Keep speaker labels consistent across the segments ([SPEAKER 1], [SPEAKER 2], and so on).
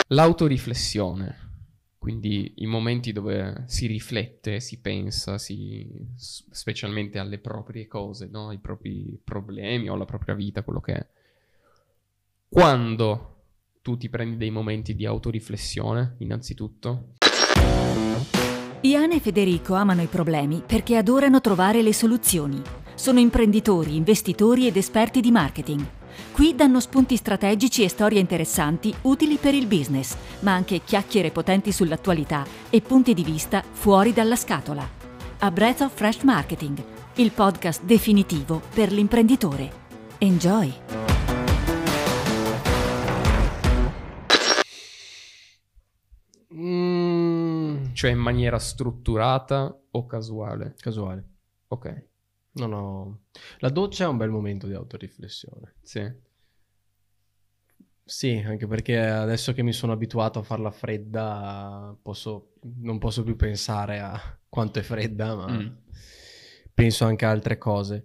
[SPEAKER 1] L'autoriflessione, quindi i momenti dove si riflette, si pensa, specialmente alle proprie cose, no? Ai propri problemi o alla propria vita, quello che è. Quando tu ti prendi dei momenti di autoriflessione, innanzitutto?
[SPEAKER 2] Ian e Federico amano i problemi perché adorano trovare le soluzioni. Sono imprenditori, investitori ed esperti di marketing. Qui danno spunti strategici e storie interessanti utili per il business, ma anche chiacchiere potenti sull'attualità e punti di vista fuori dalla scatola. A Breath of Fresh Marketing, il podcast definitivo per l'imprenditore. Enjoy!
[SPEAKER 1] Cioè in maniera strutturata o casuale?
[SPEAKER 3] Casuale.
[SPEAKER 1] Ok.
[SPEAKER 3] No. La doccia è un bel momento di autoriflessione.
[SPEAKER 1] Sì.
[SPEAKER 3] Sì, anche perché adesso che mi sono abituato a farla fredda, non posso più pensare a quanto è fredda, ma penso anche a altre cose.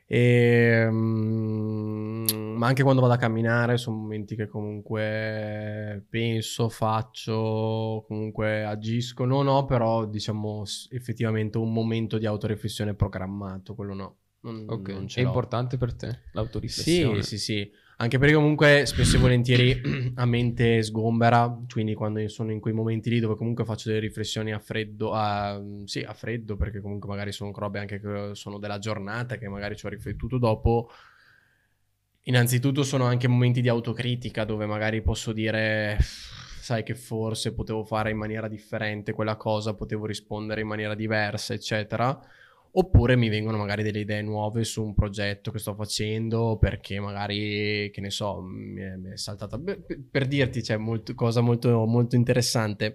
[SPEAKER 3] Ma anche quando vado a camminare sono momenti che comunque penso, faccio, comunque agisco. Non ho però, diciamo, effettivamente un momento di autoriflessione programmato, quello no.
[SPEAKER 1] Ok,
[SPEAKER 3] non ce
[SPEAKER 1] è
[SPEAKER 3] l'ho.
[SPEAKER 1] importante per te l'autoriflessione?
[SPEAKER 3] Sì. Anche perché comunque spesso e volentieri a mente sgombera, quindi quando sono in quei momenti lì dove comunque faccio delle riflessioni a freddo, perché comunque magari sono robe anche che sono della giornata, che magari ci ho riflettuto dopo. Innanzitutto sono anche momenti di autocritica dove magari posso dire, sai che forse potevo fare in maniera differente quella cosa, potevo rispondere in maniera diversa, eccetera. Oppure mi vengono magari delle idee nuove su un progetto che sto facendo perché magari, che ne so, mi è saltata... Per dirti, c'è cosa molto, molto interessante.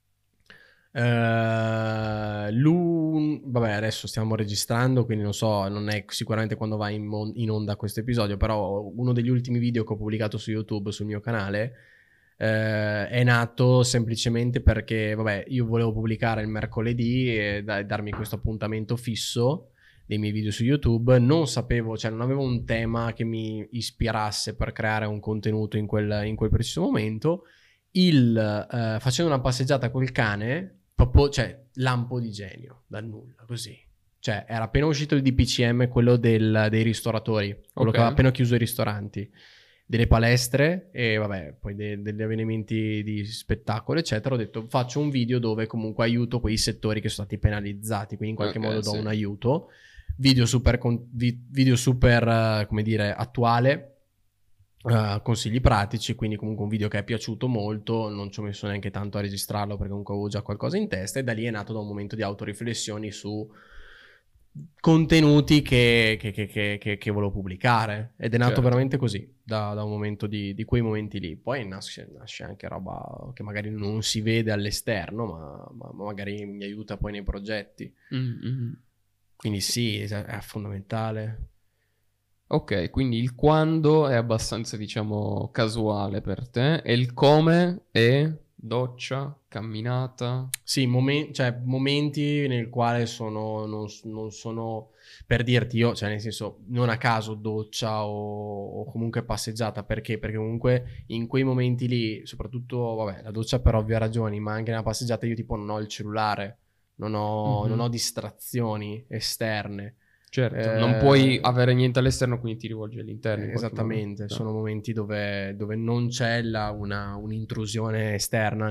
[SPEAKER 3] Vabbè, adesso stiamo registrando, quindi non so, non è sicuramente quando va in onda questo episodio, però uno degli ultimi video che ho pubblicato su YouTube, sul mio canale, è nato semplicemente perché, vabbè, io volevo pubblicare il mercoledì e darmi questo appuntamento fisso dei miei video su YouTube. Non sapevo, cioè non avevo un tema che mi ispirasse per creare un contenuto in quel preciso momento. Facendo una passeggiata col cane, proprio, cioè, lampo di genio, dal nulla, così. Cioè, era appena uscito il DPCM, quello dei ristoratori, quello che aveva appena chiuso i ristoranti, delle palestre e vabbè, poi degli avvenimenti di spettacolo, eccetera. Ho detto, faccio un video dove comunque aiuto quei settori che sono stati penalizzati, quindi in qualche modo do un aiuto. Video super, come dire, attuale. Consigli pratici, quindi comunque un video che è piaciuto molto, non ci ho messo neanche tanto a registrarlo perché comunque avevo già qualcosa in testa, e da lì è nato da un momento di autoriflessioni su contenuti che volevo pubblicare, ed è nato veramente così, da un momento di quei momenti lì. Poi nasce anche roba che magari non si vede all'esterno, ma magari mi aiuta poi nei progetti. Quindi sì, è fondamentale.
[SPEAKER 1] Ok, quindi il quando è abbastanza, diciamo, casuale per te, e il come è doccia, camminata?
[SPEAKER 3] Sì, momenti nel quale non sono, per dirti io, cioè nel senso, non a caso doccia o comunque passeggiata, perché comunque in quei momenti lì, soprattutto, vabbè, la doccia per ovvie ragioni, ma anche nella passeggiata io tipo non ho il cellulare, non ho distrazioni esterne.
[SPEAKER 1] Certo, non puoi avere niente all'esterno, quindi ti rivolgi all'interno.
[SPEAKER 3] Esattamente, sono momenti dove non c'è un'intrusione esterna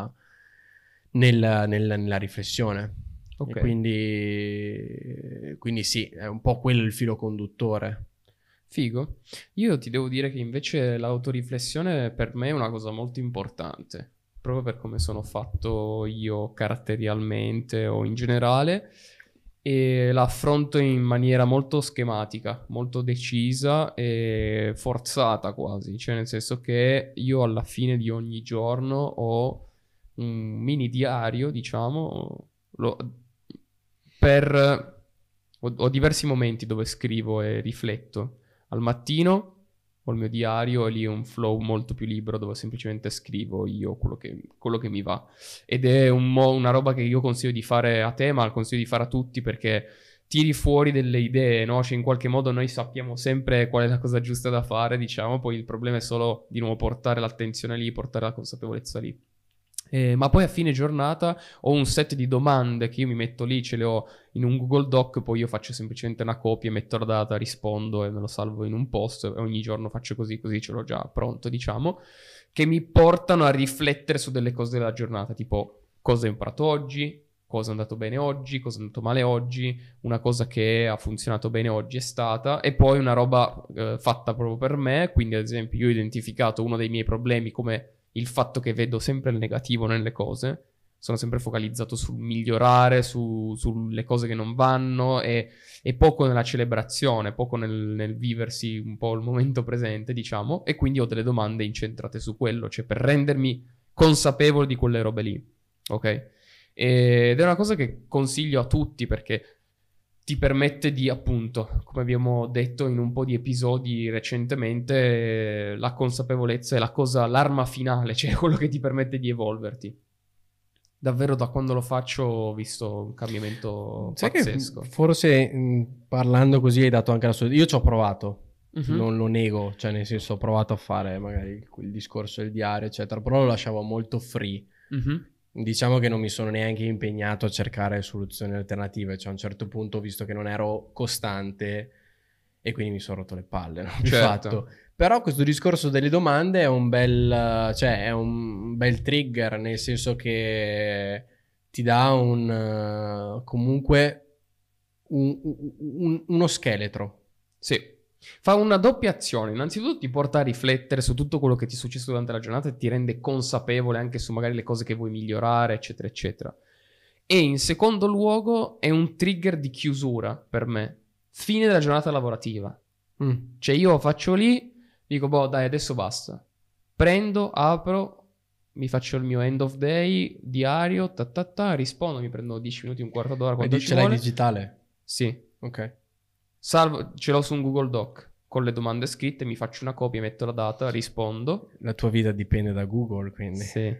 [SPEAKER 3] nella riflessione. Okay. E quindi sì, è un po' quello il filo conduttore.
[SPEAKER 1] Figo. Io ti devo dire che invece l'autoriflessione per me è una cosa molto importante, proprio per come sono fatto io caratterialmente o in generale. E la affronto in maniera molto schematica, molto decisa e forzata quasi, cioè nel senso che io alla fine di ogni giorno ho un mini diario, diciamo, ho diversi momenti dove scrivo e rifletto. Al mattino ho il mio diario e lì è un flow molto più libero dove semplicemente scrivo io quello che mi va, ed è una roba che io consiglio di fare a te, ma consiglio di fare a tutti, perché tiri fuori delle idee, no? Cioè in qualche modo noi sappiamo sempre qual è la cosa giusta da fare, diciamo, poi il problema è solo di nuovo portare l'attenzione lì, portare la consapevolezza lì. Ma poi a fine giornata ho un set di domande che io mi metto lì, ce le ho in un Google Doc, poi io faccio semplicemente una copia, metto la data, rispondo e me lo salvo in un post, e ogni giorno faccio così ce l'ho già pronto, diciamo, che mi portano a riflettere su delle cose della giornata, tipo cosa ho imparato oggi, cosa è andato bene oggi, cosa è andato male oggi, una cosa che ha funzionato bene oggi è stata, e poi una roba fatta proprio per me, quindi ad esempio io ho identificato uno dei miei problemi come il fatto che vedo sempre il negativo nelle cose, sono sempre focalizzato sul migliorare, sulle cose che non vanno e poco nella celebrazione, poco nel viversi un po' il momento presente, diciamo, e quindi ho delle domande incentrate su quello, cioè per rendermi consapevole di quelle robe lì, ok? Ed è una cosa che consiglio a tutti perché ti permette di, appunto, come abbiamo detto in un po' di episodi recentemente, la consapevolezza è l'arma finale, cioè quello che ti permette di evolverti. Davvero da quando lo faccio ho visto un cambiamento pazzesco.
[SPEAKER 3] Che forse parlando così hai dato anche la sua... Io ci ho provato, non lo nego, cioè nel senso ho provato a fare magari il discorso del diario, eccetera, però lo lasciavo molto free. Diciamo che non mi sono neanche impegnato a cercare soluzioni alternative, cioè a un certo punto ho visto che non ero costante e quindi mi sono rotto le palle, no?
[SPEAKER 1] Certo.
[SPEAKER 3] Però questo discorso delle domande è un bel trigger, nel senso che ti dà comunque uno scheletro.
[SPEAKER 1] Sì. Fa una doppia azione. Innanzitutto ti porta a riflettere su tutto quello che ti è successo durante la giornata e ti rende consapevole anche su magari le cose che vuoi migliorare, eccetera, eccetera. E in secondo luogo è un trigger di chiusura per me. Fine della giornata lavorativa. Cioè io faccio lì, dico, boh, dai, adesso basta. Prendo, apro, mi faccio il mio end of day, diario, rispondo, mi prendo 10 minuti, un quarto d'ora, quanto ci
[SPEAKER 3] ce
[SPEAKER 1] vuole.
[SPEAKER 3] l'hai digitale?
[SPEAKER 1] Sì.
[SPEAKER 3] Ok.
[SPEAKER 1] Salvo, ce l'ho su un Google Doc con le domande scritte, mi faccio una copia, metto la data, rispondo.
[SPEAKER 3] La tua vita dipende da Google, quindi.
[SPEAKER 1] Sì.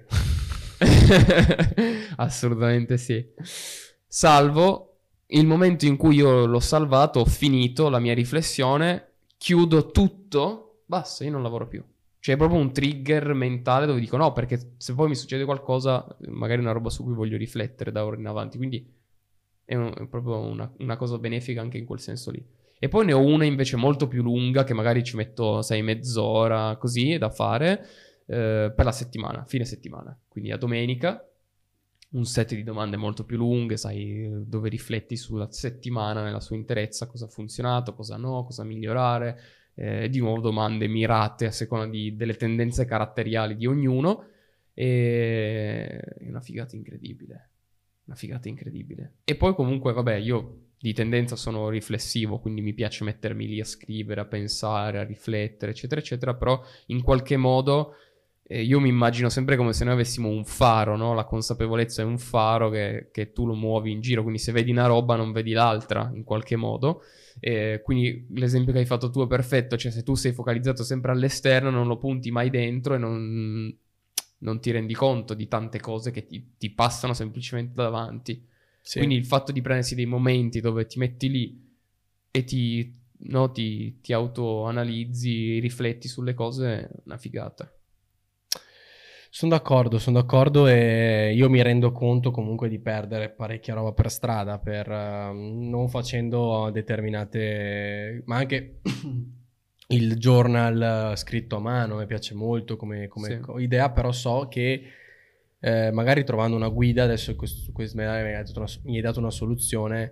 [SPEAKER 1] Assolutamente sì. Salvo, il momento in cui io l'ho salvato, ho finito la mia riflessione, chiudo tutto, basta, io non lavoro più. Cioè è proprio un trigger mentale dove dico no, perché se poi mi succede qualcosa, magari una roba su cui voglio riflettere da ora in avanti, quindi è proprio una cosa benefica anche in quel senso lì. E poi ne ho una invece molto più lunga che magari ci metto, sai, mezz'ora così da fare per la settimana, fine settimana. Quindi a domenica un set di domande molto più lunghe, sai, dove rifletti sulla settimana nella sua interezza, cosa ha funzionato, cosa no, cosa migliorare. Di nuovo domande mirate a seconda delle tendenze caratteriali di ognuno. E è una figata incredibile. Una figata incredibile. E poi comunque, vabbè, io di tendenza sono riflessivo, quindi mi piace mettermi lì a scrivere, a pensare, a riflettere, eccetera, eccetera, però in qualche modo io mi immagino sempre come se noi avessimo un faro, no? La consapevolezza è un faro che tu lo muovi in giro, quindi se vedi una roba non vedi l'altra, in qualche modo. Quindi l'esempio che hai fatto tu è perfetto, cioè se tu sei focalizzato sempre all'esterno non lo punti mai dentro e non ti rendi conto di tante cose che ti passano semplicemente davanti. Sì. Quindi il fatto di prendersi dei momenti dove ti metti lì e ti autoanalizzi, rifletti sulle cose, è una figata.
[SPEAKER 3] Sono d'accordo e io mi rendo conto comunque di perdere parecchia roba per strada per non facendo determinate... ma anche... il journal scritto a mano mi piace molto come sì, idea, però so che magari trovando una guida, adesso mi hai dato una soluzione,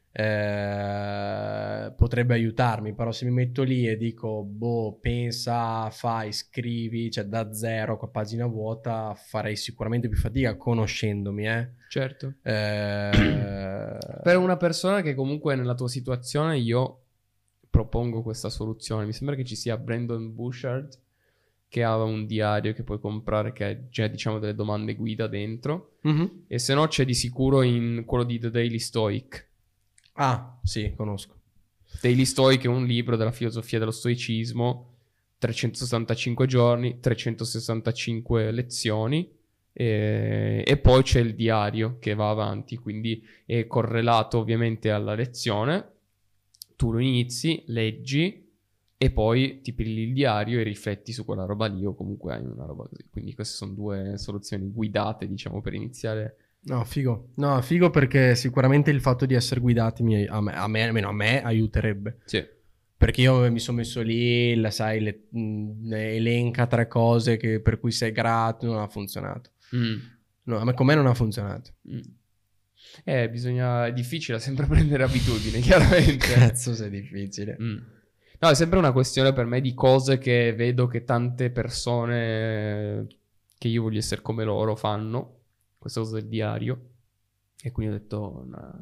[SPEAKER 3] potrebbe aiutarmi, però se mi metto lì e dico boh, pensa, fai, scrivi, cioè da zero a pagina vuota, farei sicuramente più fatica conoscendomi,
[SPEAKER 1] certo. Per una persona che comunque è nella tua situazione, io propongo questa soluzione. Mi sembra che ci sia Brandon Bouchard che ha un diario che puoi comprare che ha già, diciamo, delle domande guida dentro. E se no c'è di sicuro in quello di The Daily Stoic.
[SPEAKER 3] Ah, sì, conosco.
[SPEAKER 1] Daily Stoic è un libro della filosofia dello stoicismo, 365 giorni, 365 lezioni, E poi c'è il diario che va avanti, quindi è correlato ovviamente alla lezione. Tu lo inizi, leggi e poi ti pigli il diario e rifletti su quella roba lì, o comunque hai una roba così. Quindi queste sono 2 soluzioni guidate, diciamo, per iniziare.
[SPEAKER 3] No, figo. No, figo, perché sicuramente il fatto di essere guidati almeno a me aiuterebbe.
[SPEAKER 1] Sì.
[SPEAKER 3] Perché io mi sono messo lì, elenca 3 cose per cui sei grato, non ha funzionato. No, con me non ha funzionato.
[SPEAKER 1] È difficile sempre prendere abitudine, chiaramente.
[SPEAKER 3] Cazzo, se è difficile.
[SPEAKER 1] No, è sempre una questione per me di cose che vedo che tante persone che io voglio essere come loro fanno, questa cosa del diario, e quindi ho detto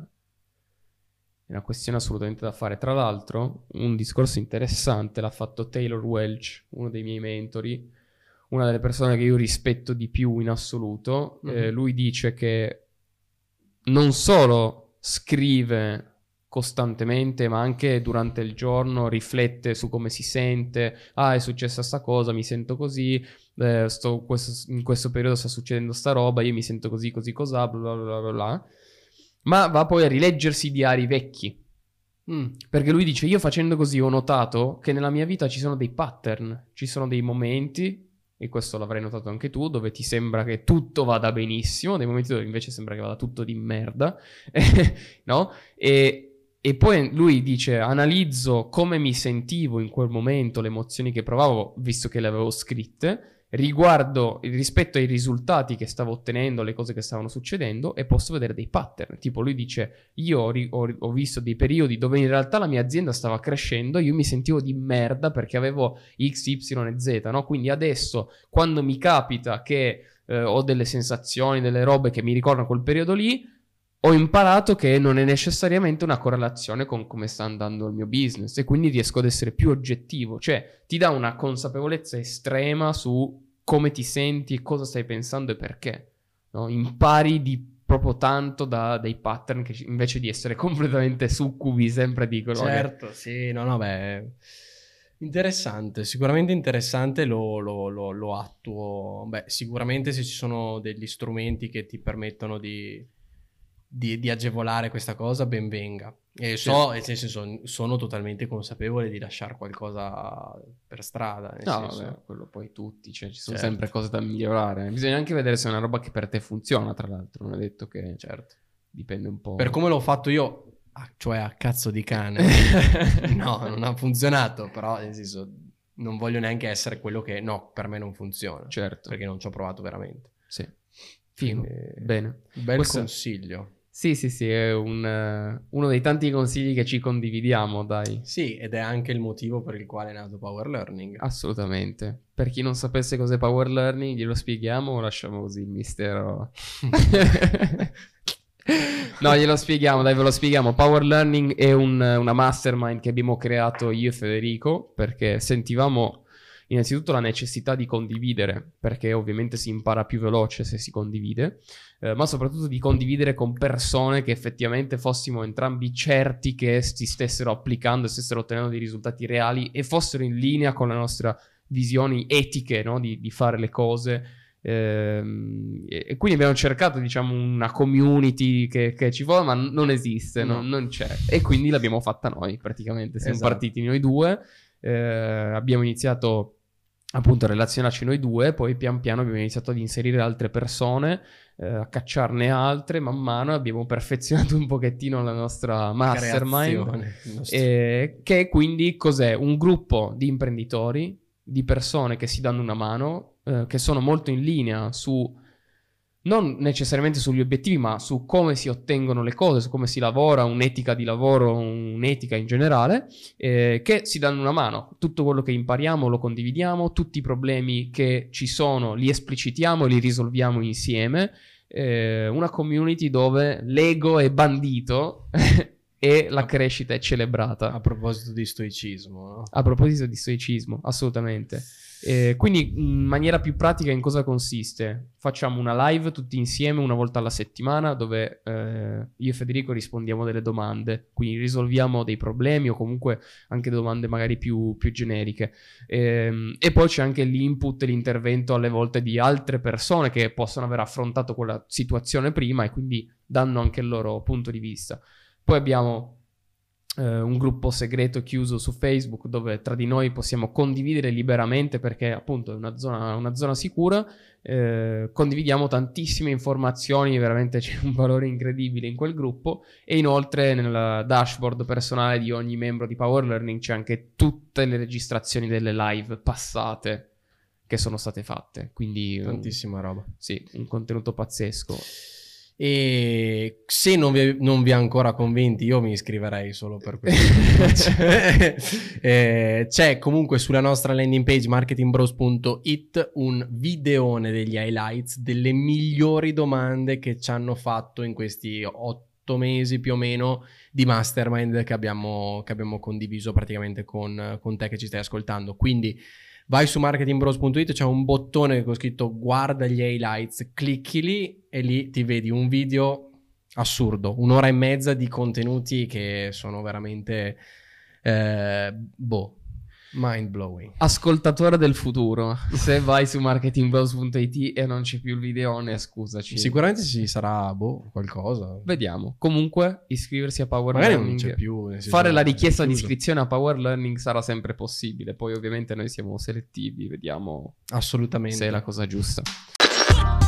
[SPEAKER 1] è una questione assolutamente da fare. Tra l'altro, un discorso interessante l'ha fatto Taylor Welch, uno dei miei mentori, una delle persone che io rispetto di più in assoluto. Lui dice che non solo scrive costantemente, ma anche durante il giorno riflette su come si sente. È successa sta cosa, mi sento così, in questo periodo sta succedendo sta roba, io mi sento così, così, cos'ha, bla bla bla bla. Ma va poi a rileggersi i diari vecchi. Perché lui dice, io facendo così ho notato che nella mia vita ci sono dei pattern, ci sono dei momenti, e questo l'avrai notato anche tu, dove ti sembra che tutto vada benissimo, dei momenti dove invece sembra che vada tutto di merda, no? E poi lui dice, analizzo come mi sentivo in quel momento, le emozioni che provavo, visto che le avevo scritte, rispetto ai risultati che stavo ottenendo, le cose che stavano succedendo, e posso vedere dei pattern. Tipo lui dice, io ho visto dei periodi dove in realtà la mia azienda stava crescendo, io mi sentivo di merda perché avevo X, Y e Z, no? Quindi adesso, quando mi capita che ho delle sensazioni, delle robe che mi ricordano quel periodo lì, ho imparato che non è necessariamente una correlazione con come sta andando il mio business, e quindi riesco ad essere più oggettivo. Cioè, ti dà una consapevolezza estrema su come ti senti e cosa stai pensando e perché, no? Impari proprio tanto dai pattern, che invece di essere completamente succubi sempre di quello.
[SPEAKER 3] Certo, sì, no, beh, interessante, sicuramente interessante, lo attuo. Beh, sicuramente se ci sono degli strumenti che ti permettono di agevolare questa cosa, ben venga. E nel senso, sono totalmente consapevole di lasciare qualcosa per strada.
[SPEAKER 1] Vabbè, quello poi tutti, cioè ci sono sempre cose da migliorare. Bisogna anche vedere se è una roba che per te funziona, tra l'altro. Non è detto che... Certo. Dipende un po'.
[SPEAKER 3] Per come l'ho fatto io, cioè a cazzo di cane, no, non ha funzionato, però nel senso, non voglio neanche essere quello che, no, per me non funziona.
[SPEAKER 1] Certo.
[SPEAKER 3] Perché non ci ho provato veramente.
[SPEAKER 1] Sì. Figo. Bene.
[SPEAKER 3] Bel consiglio.
[SPEAKER 1] Sì, è uno dei tanti consigli che ci condividiamo, dai.
[SPEAKER 3] Sì, ed è anche il motivo per il quale è nato Power Learning.
[SPEAKER 1] Assolutamente. Per chi non sapesse cos'è Power Learning, glielo spieghiamo o lasciamo così il mistero? No, glielo spieghiamo, dai, ve lo spieghiamo. Power Learning è una mastermind che abbiamo creato io e Federico, perché sentivamo innanzitutto la necessità di condividere, perché ovviamente si impara più veloce se si condivide, ma soprattutto di condividere con persone che effettivamente fossimo entrambi certi che si stessero applicando e stessero ottenendo dei risultati reali e fossero in linea con le nostre visioni etiche, no? di fare le cose. E quindi abbiamo cercato, diciamo, una community che ci vuole, ma non esiste, no. non c'è, e quindi l'abbiamo fatta noi praticamente. Siamo partiti noi due, abbiamo iniziato appunto a relazionarci noi due, poi pian piano abbiamo iniziato ad inserire altre persone, a cacciarne altre man mano, abbiamo perfezionato un pochettino la nostra mastermind, che quindi cos'è? Un gruppo di imprenditori, di persone che si danno una mano, che sono molto in linea su, non necessariamente sugli obiettivi, ma su come si ottengono le cose, su come si lavora, un'etica di lavoro, un'etica in generale, che si danno una mano. Tutto quello che impariamo lo condividiamo, tutti i problemi che ci sono li esplicitiamo e li risolviamo insieme. Una community dove l'ego è bandito e la crescita è celebrata.
[SPEAKER 3] A proposito di stoicismo, no?
[SPEAKER 1] A proposito di stoicismo, assolutamente. Quindi in maniera più pratica in cosa consiste? Facciamo una live tutti insieme una volta alla settimana dove io e Federico rispondiamo delle domande, quindi risolviamo dei problemi o comunque anche domande magari più generiche. E poi c'è anche l'input e l'intervento alle volte di altre persone che possono aver affrontato quella situazione prima e quindi danno anche il loro punto di vista. Poi abbiamo un gruppo segreto chiuso su Facebook dove tra di noi possiamo condividere liberamente perché appunto è una zona sicura. Condividiamo tantissime informazioni, veramente c'è un valore incredibile in quel gruppo, e inoltre nel dashboard personale di ogni membro di Power Learning c'è anche tutte le registrazioni delle live passate che sono state fatte, quindi
[SPEAKER 3] tantissima roba.
[SPEAKER 1] Sì, un contenuto pazzesco.
[SPEAKER 3] E se non vi ha ancora convinti, io mi iscriverei solo per questo. C'è comunque sulla nostra landing page marketingbros.it un videone degli highlights delle migliori domande che ci hanno fatto in questi 8 mesi più o meno di mastermind che abbiamo condiviso praticamente con te che ci stai ascoltando. Quindi vai su marketingbros.it, c'è un bottone con scritto guarda gli highlights, clicchi lì e lì ti vedi un video assurdo, 1 ora e mezza di contenuti che sono veramente mind blowing.
[SPEAKER 1] Ascoltatore del futuro, se vai su marketingbros.it e non c'è più il videone, scusaci.
[SPEAKER 3] Sicuramente ci sarà qualcosa.
[SPEAKER 1] Vediamo. Comunque iscriversi a Power
[SPEAKER 3] Magari
[SPEAKER 1] Learning,
[SPEAKER 3] non c'è più,
[SPEAKER 1] fare la richiesta di iscrizione a Power Learning sarà sempre possibile. Poi ovviamente noi siamo selettivi, vediamo
[SPEAKER 3] assolutamente
[SPEAKER 1] se è la cosa giusta.